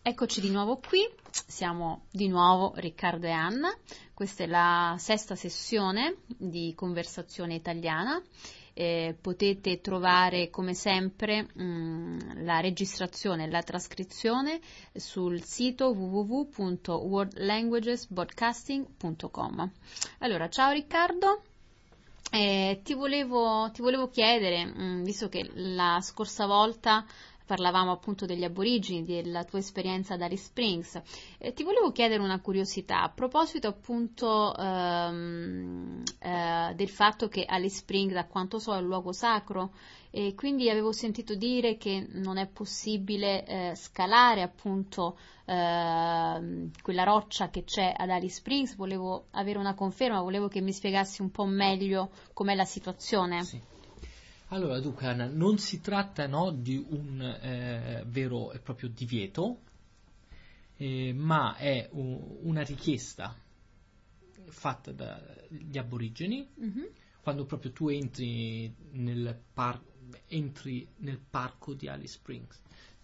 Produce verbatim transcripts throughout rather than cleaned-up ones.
Eccoci di nuovo qui, siamo di nuovo Riccardo e Anna, questa è la sesta sessione di conversazione italiana, eh, potete trovare come sempre mh, la registrazione e la trascrizione sul sito w w w punto world languages broadcasting punto com. Allora, ciao Riccardo. Eh, ti volevo, ti volevo chiedere, mh, visto che la scorsa volta parlavamo appunto degli aborigeni, della tua esperienza ad Alice Springs, eh, ti volevo chiedere una curiosità a proposito appunto ehm, eh, del fatto che Alice Springs, da quanto so, è un luogo sacro, e quindi avevo sentito dire che non è possibile eh, scalare appunto eh, quella roccia che c'è ad Alice Springs. Volevo avere una conferma, volevo che mi spiegassi un po' meglio com'è la situazione. Sì. Allora, dunque, Anna, non si tratta, no, di un eh, vero e proprio divieto, eh, ma è un, una richiesta fatta dagli aborigeni, Mm-hmm. quando proprio tu entri nel, par- entri nel parco di Alice Springs.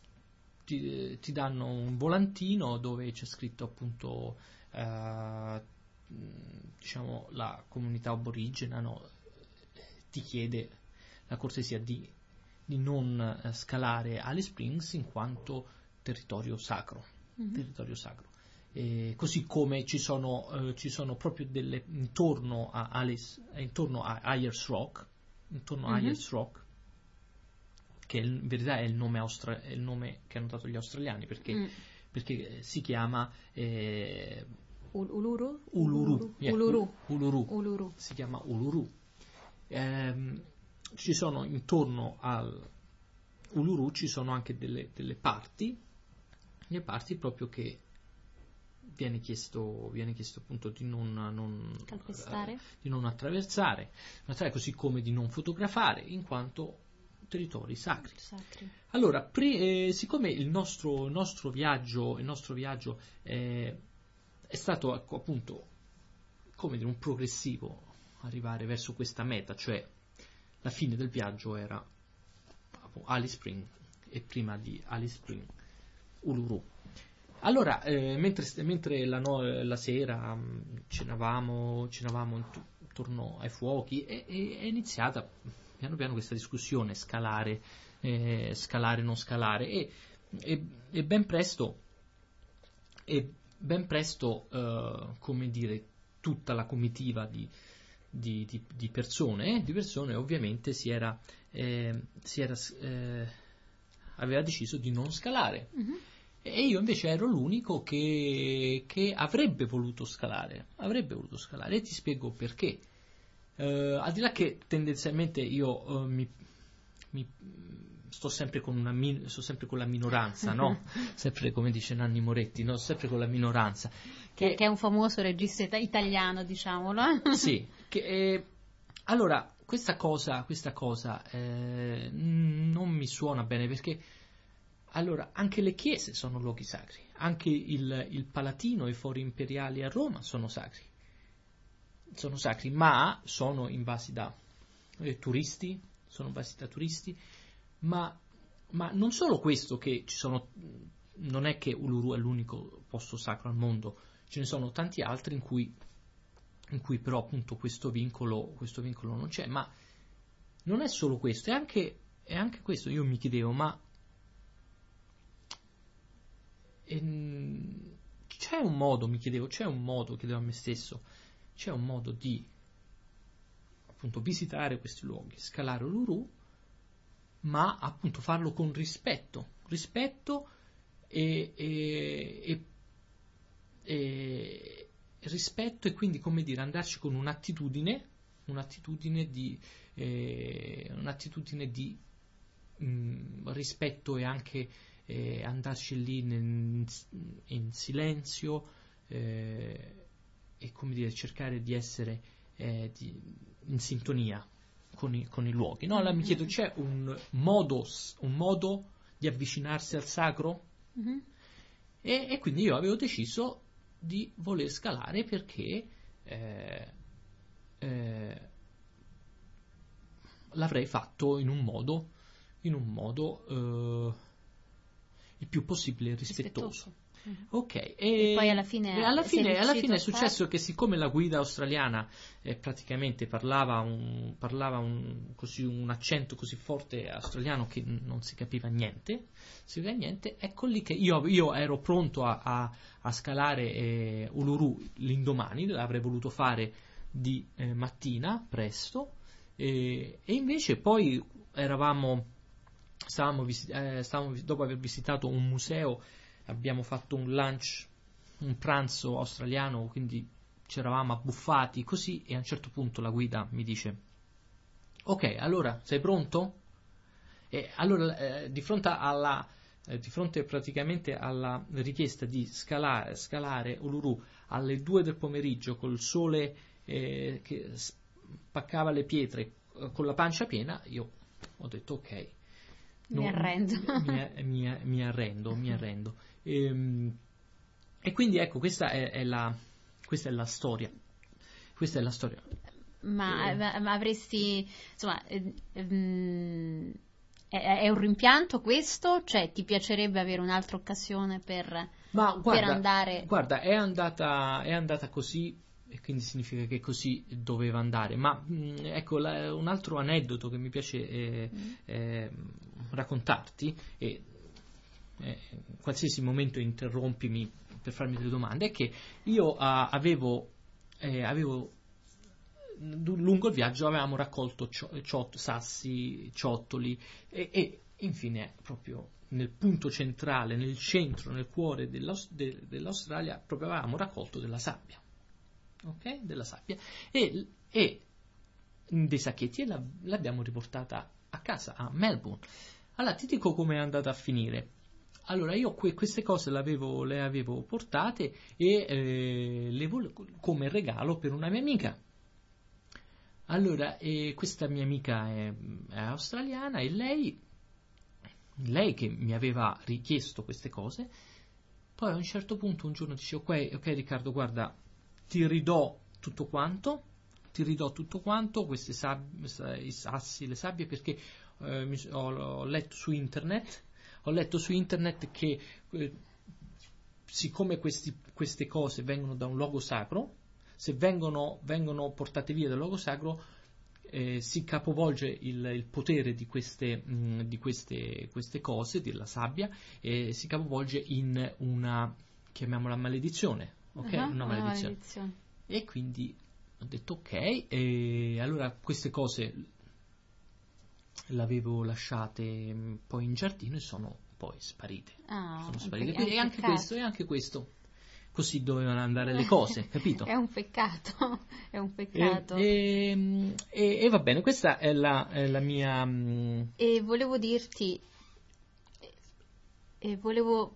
Ti, ti danno un volantino dove c'è scritto appunto eh, diciamo la comunità aborigena, no, ti chiede la cortesia di, di non eh, scalare Alice Springs in quanto territorio sacro, Mm-hmm. territorio sacro. E così come ci sono, eh, ci sono proprio delle intorno a Alice, intorno a Ayers Rock, intorno a Mm-hmm. Ayers Rock, che in verità è il nome, austra- è il nome che hanno dato gli australiani, perché, Mm. perché si chiama eh, Uluru? Uluru, yeah, Uluru. Uluru. Uluru. Si chiama Uluru. Ehm, ci sono intorno al Uluru ci sono anche delle, delle parti, le parti proprio che viene chiesto, viene chiesto appunto di non, non, Calpestare? eh, di non attraversare, così come di non fotografare, in quanto territori sacri. Sacri. Allora, pre, eh, siccome il nostro, il nostro viaggio, il nostro viaggio eh, è stato appunto come dire un progressivo arrivare verso questa meta, cioè la fine del viaggio era Alice Springs e prima di Alice Springs Uluru. Allora, eh, mentre, mentre la, no, la sera mh, cenavamo, cenavamo intorno ai fuochi, è, è iniziata piano piano questa discussione, scalare, eh, scalare, non scalare, e, e, e ben presto, e ben presto eh, come dire, tutta la comitiva di, di, di, di persone, di persone ovviamente si era, eh, si era eh, aveva deciso di non scalare. Mm-hmm. E io invece ero l'unico che, che avrebbe voluto scalare, avrebbe voluto scalare, e ti spiego perché. Uh, al di là che tendenzialmente io uh, mi, mi sto sempre con una min- sto sempre con la minoranza, no? Sempre come dice Nanni Moretti, no? Sempre con la minoranza. Che, che è un famoso regista italiano, diciamolo. Sì, che, eh, allora questa cosa, questa cosa eh, non mi suona bene, perché allora anche le chiese sono luoghi sacri, anche il, il Palatino e i fori imperiali a Roma sono sacri. Sono sacri, ma sono invasi da eh, turisti, sono invasi da turisti, ma, ma non solo questo, che ci sono, non è che Uluru è l'unico posto sacro al mondo, ce ne sono tanti altri in cui, in cui però appunto questo vincolo, questo vincolo non c'è, ma non è solo questo, è anche, è anche questo, io mi chiedevo, ma ehm, c'è un modo, mi chiedevo, c'è un modo, chiedevo a me stesso, c'è un modo di appunto visitare questi luoghi, scalare Uluru, ma appunto farlo con rispetto, rispetto e, e, e, e rispetto, e quindi come dire andarci con un'attitudine, un'attitudine di eh, un'attitudine di mh, rispetto, e anche eh, andarci lì nel, in silenzio. Eh, e come dire, cercare di essere eh, di, in sintonia con i, con i luoghi. No, allora mi chiedo, c'è un modo, un modo di avvicinarsi al sacro? Mm-hmm. E, e quindi io avevo deciso di voler scalare, perché eh, eh, l'avrei fatto in un modo, in un modo, eh, il più possibile rispettoso. rispettoso. Mm-hmm. Ok, e, e poi alla fine, e alla fine, alla fine è fare... successo che siccome la guida australiana eh, praticamente parlava, un, parlava un, così, un accento così forte australiano che non si capiva niente, si capiva niente, ecco lì che io, io ero pronto a, a, a scalare eh, Uluru l'indomani, l'avrei voluto fare di eh, mattina, presto, e, e invece poi eravamo, stavamo, visit- eh, stavamo dopo aver visitato un museo, abbiamo fatto un lunch, un pranzo australiano, quindi ci eravamo abbuffati così, e a un certo punto la guida mi dice: ok, allora sei pronto? E allora eh, di fronte alla eh, di fronte praticamente alla richiesta di scalare, scalare Uluru alle due del pomeriggio col sole eh, che spaccava le pietre eh, con la pancia piena, io ho detto ok, mi arrendo. mi, mi, mi arrendo, mi arrendo. E, e quindi ecco, questa è, è la questa è la storia. Questa è la storia. Ma, eh. ma avresti, insomma, eh, ehm, è, è un rimpianto questo? Cioè, ti piacerebbe avere un'altra occasione per, ma guarda, per andare? Guarda, è andata, è andata così, e quindi significa che così doveva andare. Ma mh, ecco, la, un altro aneddoto che mi piace eh, mm. eh, raccontarti, e eh, in qualsiasi momento interrompimi per farmi delle domande, è che io ah, avevo, eh, avevo lungo il viaggio avevamo raccolto ciot- sassi, ciottoli e, e infine proprio nel punto centrale, nel centro, nel cuore dell'Aus- de- dell'Australia proprio avevamo raccolto della sabbia, ok? Della sabbia e, e dei sacchetti, e la, l'abbiamo riportata a casa a Melbourne. Allora ti dico come è andata a finire. Allora io que- queste cose l'avevo, le avevo portate e eh, le volevo come regalo per una mia amica. Allora, eh, questa mia amica è, è australiana, e lei, lei che mi aveva richiesto queste cose, poi a un certo punto un giorno dice: ok, ok Riccardo, guarda, ti ridò tutto quanto, ti ridò tutto quanto, queste sabbie, i sassi, le sabbie, perché eh, mi, ho, ho letto su internet, ho letto su internet che eh, siccome questi, queste cose vengono da un luogo sacro, se vengono, vengono portate via dal luogo sacro, eh, si capovolge il, il potere di, queste, mh, di queste, queste cose, della sabbia, e si capovolge in una, chiamiamola maledizione, ok? Uh-huh, una maledizione. maledizione. E quindi ho detto ok, e allora queste cose le avevo lasciate poi in giardino e sono poi sparite. Ah, sono sparite. Pe- E anche questo, e anche questo. Così dovevano andare le cose, capito? È un peccato, è un peccato. E, e, e, e va bene, questa è la, è la mia... Um... E volevo dirti, e volevo...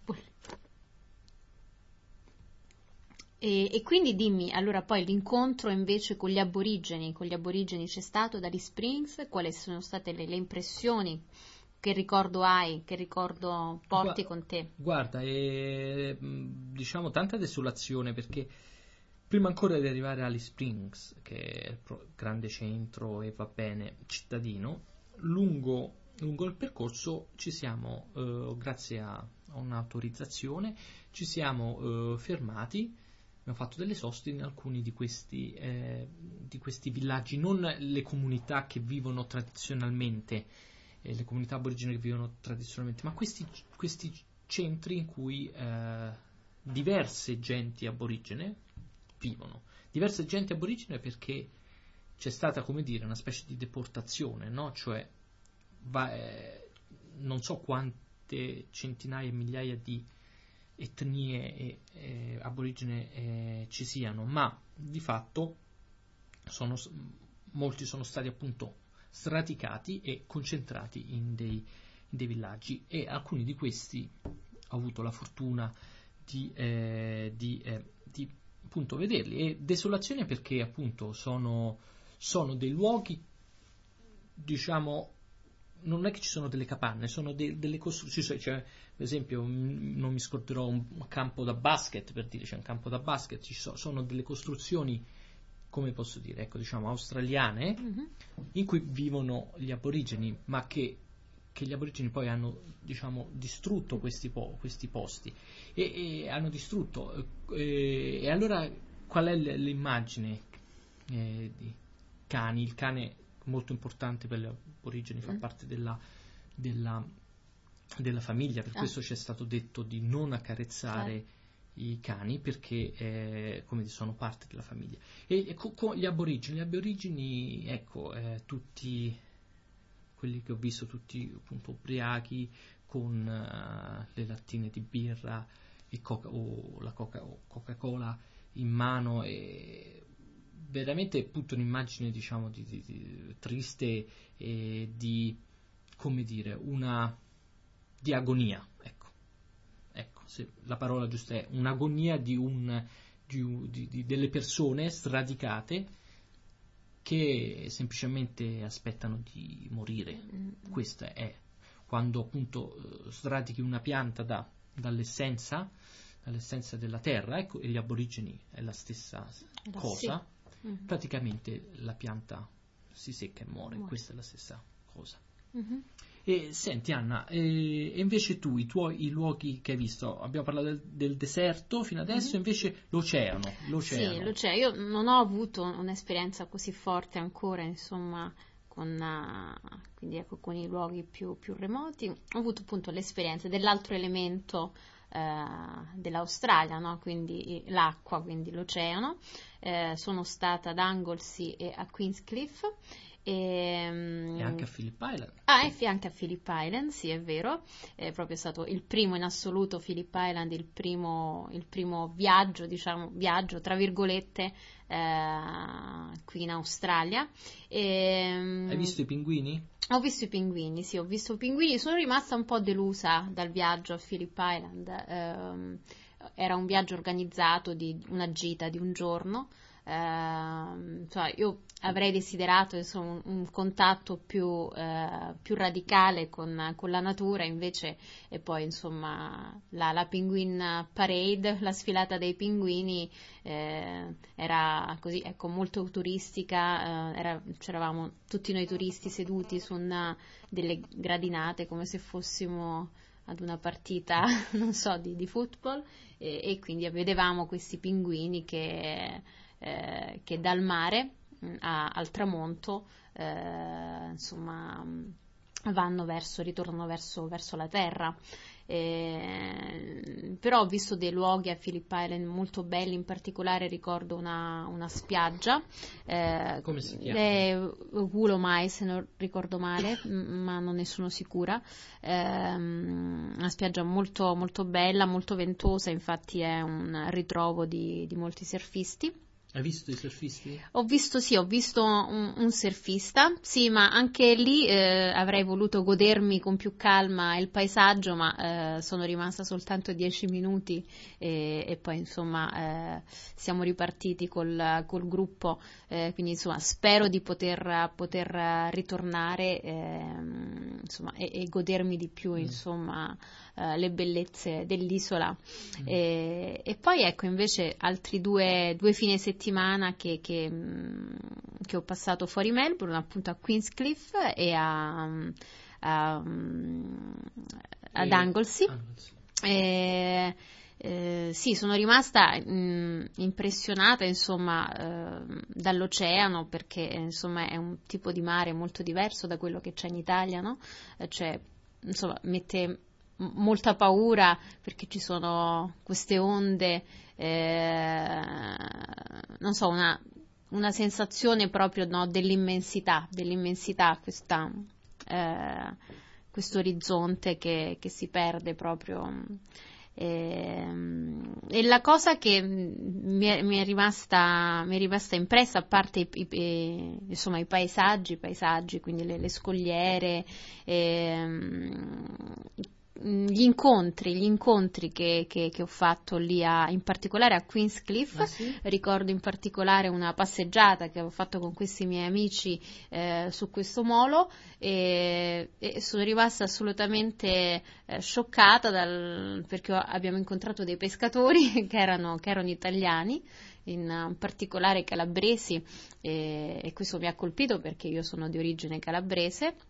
E, e quindi dimmi, allora poi l'incontro invece con gli aborigeni, con gli aborigeni c'è stato da Alice Springs, quali sono state le, le impressioni? Che ricordo hai, che ricordo porti Gu- con te? Guarda, è, diciamo tanta desolazione, perché prima ancora di arrivare a Alice Springs, che è il grande centro e va bene cittadino, lungo, lungo il percorso ci siamo, eh, grazie a, a un'autorizzazione, ci siamo eh, fermati, abbiamo fatto delle soste in alcuni di questi, eh, di questi villaggi, non le comunità che vivono tradizionalmente, le comunità aborigene che vivono tradizionalmente, ma questi, questi centri in cui eh, diverse genti aborigene vivono. Diverse genti aborigene perché c'è stata, come dire, una specie di deportazione, no? Cioè, va, eh, non so quante centinaia e migliaia di etnie e, eh, aborigene eh, ci siano, ma di fatto sono, molti sono stati appunto sradicati e concentrati in dei, in dei villaggi, e alcuni di questi ho avuto la fortuna di, eh, di, eh, di appunto vederli. E desolazione perché appunto sono, sono dei luoghi, diciamo, non è che ci sono delle capanne, sono de, delle costruzioni, cioè per esempio non mi scorderò un campo da basket, per dire, c'è un campo da basket, ci so, sono delle costruzioni, come posso dire, ecco, diciamo australiane, mm-hmm. in cui vivono gli aborigeni, ma che che gli aborigeni poi hanno, diciamo, distrutto questi, po- questi posti e, e hanno distrutto eh, e allora qual è l- l'immagine eh, di cani? Il cane molto importante per gli aborigeni, fa Mm. parte della, della, della famiglia, per Ah. questo ci è stato detto di non accarezzare Certo. i cani perché eh, come dire, sono parte della famiglia. E, e co- co- gli aborigeni, gli aborigeni, ecco, eh, tutti quelli che ho visto, tutti appunto ubriachi con eh, le lattine di birra e coca- o la coca- o Coca-Cola in mano, e veramente appunto un'immagine, diciamo, di, di- di- triste e di, come dire, una di agonia, ecco. Ecco, se la parola giusta è un'agonia di, un, di, un- di- di- delle persone sradicate che semplicemente aspettano di morire. Questa è quando appunto eh, sradichi una pianta da- dall'essenza, dall'essenza della terra, ecco, e gli aborigeni è la stessa Era cosa. sì. Mhm. Praticamente la pianta si secca e muore, Muore. questa è la stessa cosa. Mhm. E senti Anna, e, e invece tu, i tuoi i luoghi che hai visto, abbiamo parlato del, del deserto fino adesso, Mhm. invece l'oceano, l'oceano. Sì, l'oceano. Io non ho avuto un'esperienza così forte ancora, insomma, con, eh, quindi ecco, con i luoghi più, più remoti. Ho avuto appunto l'esperienza dell'altro elemento eh, dell'Australia, no? Quindi l'acqua, quindi l'oceano. Eh, sono stata ad Anglesey e a Queenscliff. E, E anche a Phillip Island. Ah, e fi- anche a Phillip Island, sì, è vero, è proprio stato il primo in assoluto Phillip Island, il primo, il primo viaggio, diciamo, viaggio, tra virgolette, eh, qui in Australia. E, Hai visto i pinguini? ho visto i pinguini, sì, ho visto i pinguini, sono rimasta un po' delusa dal viaggio a Phillip Island. Ehm, era un viaggio organizzato di una gita di un giorno. Ehm, cioè, io avrei desiderato, insomma, un, un contatto più, eh, più radicale con, con la natura, invece, e poi insomma la, la Penguin Parade, la sfilata dei pinguini, eh, era così, ecco, molto turistica. Eh, era, c'eravamo tutti noi turisti seduti su una delle gradinate come se fossimo ad una partita, non so, di, di football, e, e quindi vedevamo questi pinguini che, eh, che dal mare a, al tramonto eh, insomma vanno verso, ritornano verso, verso la terra. Eh, però ho visto dei luoghi a Phillip Island molto belli, in particolare ricordo una, una spiaggia, eh, Come si chiama? è Woolomai, se non ricordo male, m- ma non ne sono sicura. Eh, una spiaggia molto, molto bella, molto ventosa, infatti è un ritrovo di, di molti surfisti. Hai visto i surfisti? Ho visto, sì, ho visto un, un surfista, sì, ma anche lì eh, avrei voluto godermi con più calma il paesaggio, ma eh, sono rimasta soltanto dieci minuti e, e poi insomma eh, siamo ripartiti col, col gruppo, eh, quindi insomma spero di poter, poter ritornare eh, insomma, e, e godermi di più, Mm. insomma, eh, le bellezze dell'isola. Mm. E, e poi ecco invece altri due, due fine settimana che, che, mh, che ho passato fuori Melbourne, appunto a Queenscliff e a, a, ad E- Anglesey. Anglesey. E, eh, sì, sono rimasta mh, impressionata, insomma, eh, dall'oceano, perché insomma è un tipo di mare molto diverso da quello che c'è in Italia, no? Eh, Cioè, insomma, mette m- molta paura perché ci sono queste onde, eh, non so, una, una sensazione proprio, no, dell'immensità, dell'immensità, questa, eh, questo orizzonte che, che si perde proprio. E, e la cosa che mi è, mi è rimasta mi è rimasta impressa, a parte i, i- insomma i paesaggi, i paesaggi, quindi le, le scogliere, ehm, gli incontri, gli incontri che, che- che ho fatto lì, a- in particolare a Queenscliff. Ah, sì? Ricordo in particolare una passeggiata che avevo fatto con questi miei amici eh, su questo molo, e, e sono rimasta assolutamente eh, scioccata dal- perché abbiamo incontrato dei pescatori che erano, che erano italiani, in uh, particolare calabresi, e, e questo mi ha colpito perché io sono di origine calabrese.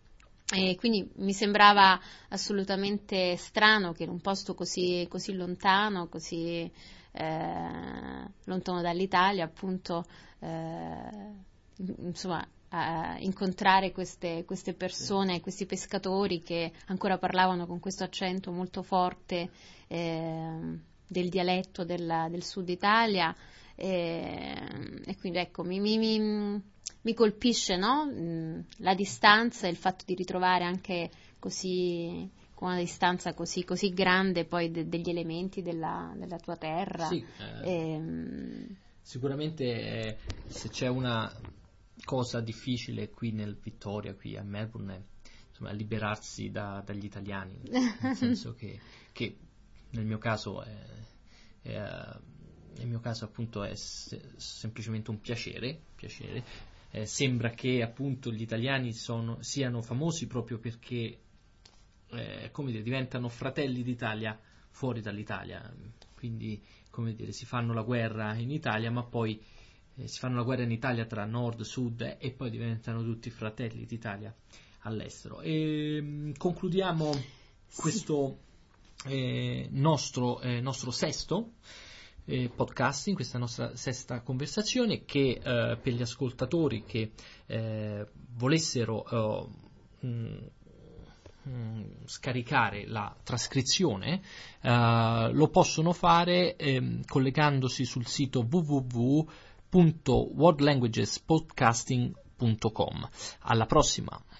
E quindi mi sembrava assolutamente strano che in un posto così, così lontano, così eh, lontano dall'Italia, appunto, eh, insomma, a incontrare queste, queste persone, sì. Questi pescatori che ancora parlavano con questo accento molto forte eh, del dialetto della, del sud Italia, e, e quindi ecco, mi, mi, mi, mi colpisce, no? La distanza e il fatto di ritrovare anche così, con una distanza così, così grande poi de, degli elementi della, della tua terra. Sì, eh, e, sicuramente eh, se c'è una cosa difficile qui nel Vittoria, qui a Melbourne, insomma, liberarsi da, dagli italiani, nel senso che, che nel mio caso è, è, nel mio caso appunto è se, semplicemente un piacere, piacere. Eh, sembra che appunto gli italiani sono, siano famosi proprio perché eh, come dire, diventano fratelli d'Italia fuori dall'Italia, quindi come dire, si fanno la guerra in Italia, ma poi Eh, si fanno la guerra in Italia tra nord, sud eh, e poi diventano tutti fratelli d'Italia all'estero. E mh, concludiamo sì. questo eh, nostro, eh, nostro sesto eh, podcasting, questa nostra sesta conversazione, che eh, per gli ascoltatori che eh, volessero eh, mh, mh, scaricare la trascrizione eh, lo possono fare eh, collegandosi sul sito w w w punto world languages podcasting punto com. Alla prossima!